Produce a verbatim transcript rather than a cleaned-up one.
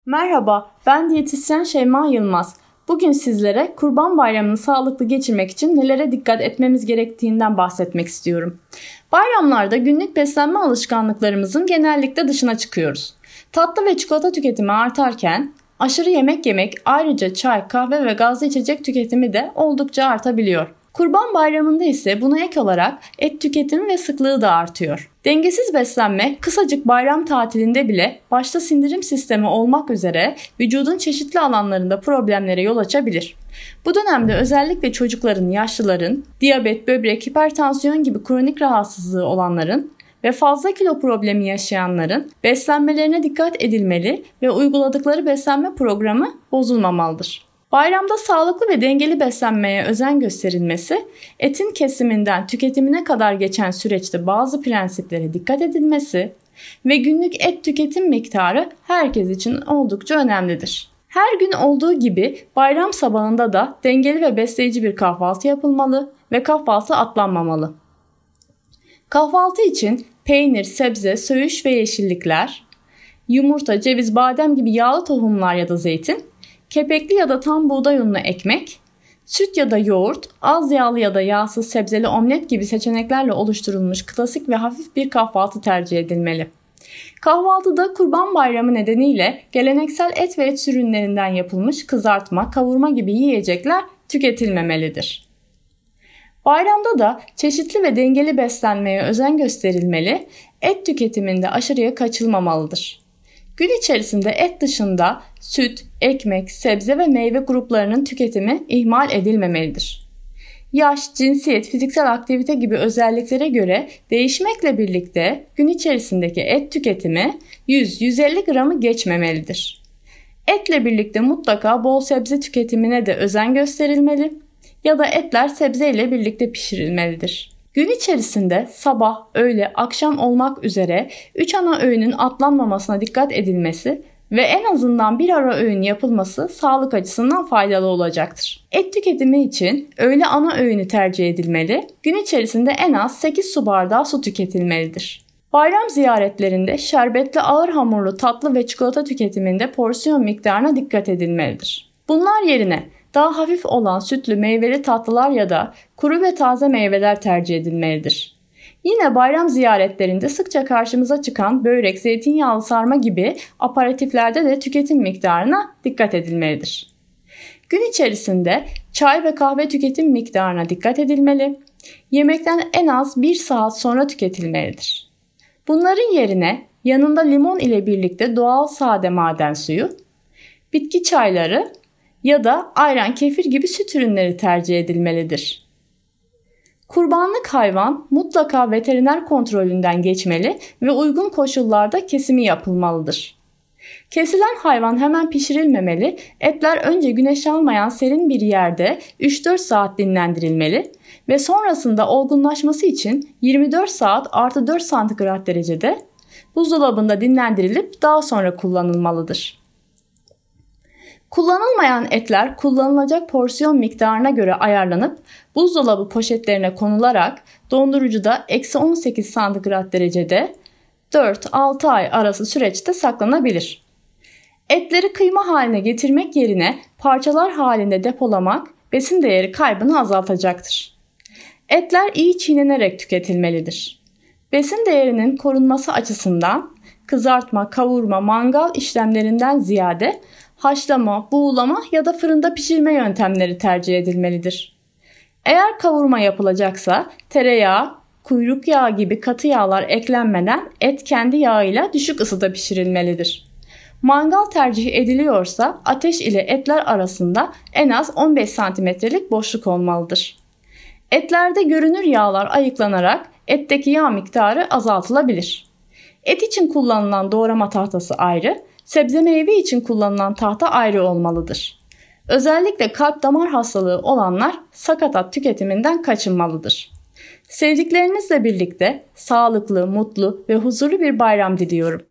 Merhaba, ben diyetisyen Şeyma Yılmaz. Bugün sizlere Kurban Bayramı'nı sağlıklı geçirmek için nelere dikkat etmemiz gerektiğinden bahsetmek istiyorum. Bayramlarda günlük beslenme alışkanlıklarımızın genellikle dışına çıkıyoruz. Tatlı ve çikolata tüketimi artarken aşırı yemek yemek, ayrıca çay, kahve ve gazlı içecek tüketimi de oldukça artabiliyor. Kurban Bayramı'nda ise buna ek olarak et tüketimi ve sıklığı da artıyor. Dengesiz beslenme kısacık bayram tatilinde bile başta sindirim sistemi olmak üzere vücudun çeşitli alanlarında problemlere yol açabilir. Bu dönemde özellikle çocukların, yaşlıların, diyabet, böbrek, hipertansiyon gibi kronik rahatsızlığı olanların ve fazla kilo problemi yaşayanların beslenmelerine dikkat edilmeli ve uyguladıkları beslenme programı bozulmamalıdır. Bayramda sağlıklı ve dengeli beslenmeye özen gösterilmesi, etin kesiminden tüketimine kadar geçen süreçte bazı prensiplere dikkat edilmesi ve günlük et tüketim miktarı herkes için oldukça önemlidir. Her gün olduğu gibi bayram sabahında da dengeli ve besleyici bir kahvaltı yapılmalı ve kahvaltı atlanmamalı. Kahvaltı için peynir, sebze, söğüş ve yeşillikler, yumurta, ceviz, badem gibi yağlı tohumlar ya da zeytin, kepekli ya da tam buğday unlu ekmek, süt ya da yoğurt, az yağlı ya da yağsız sebzeli omlet gibi seçeneklerle oluşturulmuş klasik ve hafif bir kahvaltı tercih edilmeli. Kahvaltıda Kurban Bayramı nedeniyle geleneksel et ve et ürünlerinden yapılmış kızartma, kavurma gibi yiyecekler tüketilmemelidir. Bayramda da çeşitli ve dengeli beslenmeye özen gösterilmeli, et tüketiminde aşırıya kaçılmamalıdır. Gün içerisinde et dışında süt, ekmek, sebze ve meyve gruplarının tüketimi ihmal edilmemelidir. Yaş, cinsiyet, fiziksel aktivite gibi özelliklere göre değişmekle birlikte gün içerisindeki et tüketimi yüz yüz elli gramı geçmemelidir. Etle birlikte mutlaka bol sebze tüketimine de özen gösterilmeli ya da etler sebze ile birlikte pişirilmelidir. Gün içerisinde sabah, öğle, akşam olmak üzere üç ana öğünün atlanmamasına dikkat edilmesi ve en azından bir ara öğün yapılması sağlık açısından faydalı olacaktır. Et tüketimi için öğle ana öğünü tercih edilmeli, gün içerisinde en az sekiz su bardağı su tüketilmelidir. Bayram ziyaretlerinde şerbetli ağır hamurlu tatlı ve çikolata tüketiminde porsiyon miktarına dikkat edilmelidir. Bunlar yerine daha hafif olan sütlü meyveli tatlılar ya da kuru ve taze meyveler tercih edilmelidir. Yine bayram ziyaretlerinde sıkça karşımıza çıkan börek, zeytinyağlı sarma gibi aperatiflerde de tüketim miktarına dikkat edilmelidir. Gün içerisinde çay ve kahve tüketim miktarına dikkat edilmeli, yemekten en az bir saat sonra tüketilmelidir. Bunların yerine yanında limon ile birlikte doğal sade maden suyu, bitki çayları ya da ayran, kefir gibi süt ürünleri tercih edilmelidir. Kurbanlık hayvan mutlaka veteriner kontrolünden geçmeli ve uygun koşullarda kesimi yapılmalıdır. Kesilen hayvan hemen pişirilmemeli, etler önce güneş almayan serin bir yerde üç dört saat dinlendirilmeli ve sonrasında olgunlaşması için yirmi dört saat artı dört santigrat derecede buzdolabında dinlendirilip daha sonra kullanılmalıdır. Kullanılmayan etler kullanılacak porsiyon miktarına göre ayarlanıp buzdolabı poşetlerine konularak dondurucuda eksi on sekiz santigrat derecede dört altı ay arası süreçte saklanabilir. Etleri kıyma haline getirmek yerine parçalar halinde depolamak besin değeri kaybını azaltacaktır. Etler iyi çiğnenerek tüketilmelidir. Besin değerinin korunması açısından kızartma, kavurma, mangal işlemlerinden ziyade haşlama, buğulama ya da fırında pişirme yöntemleri tercih edilmelidir. Eğer kavurma yapılacaksa tereyağı, kuyruk yağı gibi katı yağlar eklenmeden et kendi yağıyla düşük ısıda pişirilmelidir. Mangal tercih ediliyorsa ateş ile etler arasında en az on beş santimetrelik boşluk olmalıdır. Etlerde görünür yağlar ayıklanarak etteki yağ miktarı azaltılabilir. Et için kullanılan doğrama tahtası ayrı, sebze meyve için kullanılan tahta ayrı olmalıdır. Özellikle kalp damar hastalığı olanlar sakatat tüketiminden kaçınmalıdır. Sevdiklerinizle birlikte sağlıklı, mutlu ve huzurlu bir bayram diliyorum.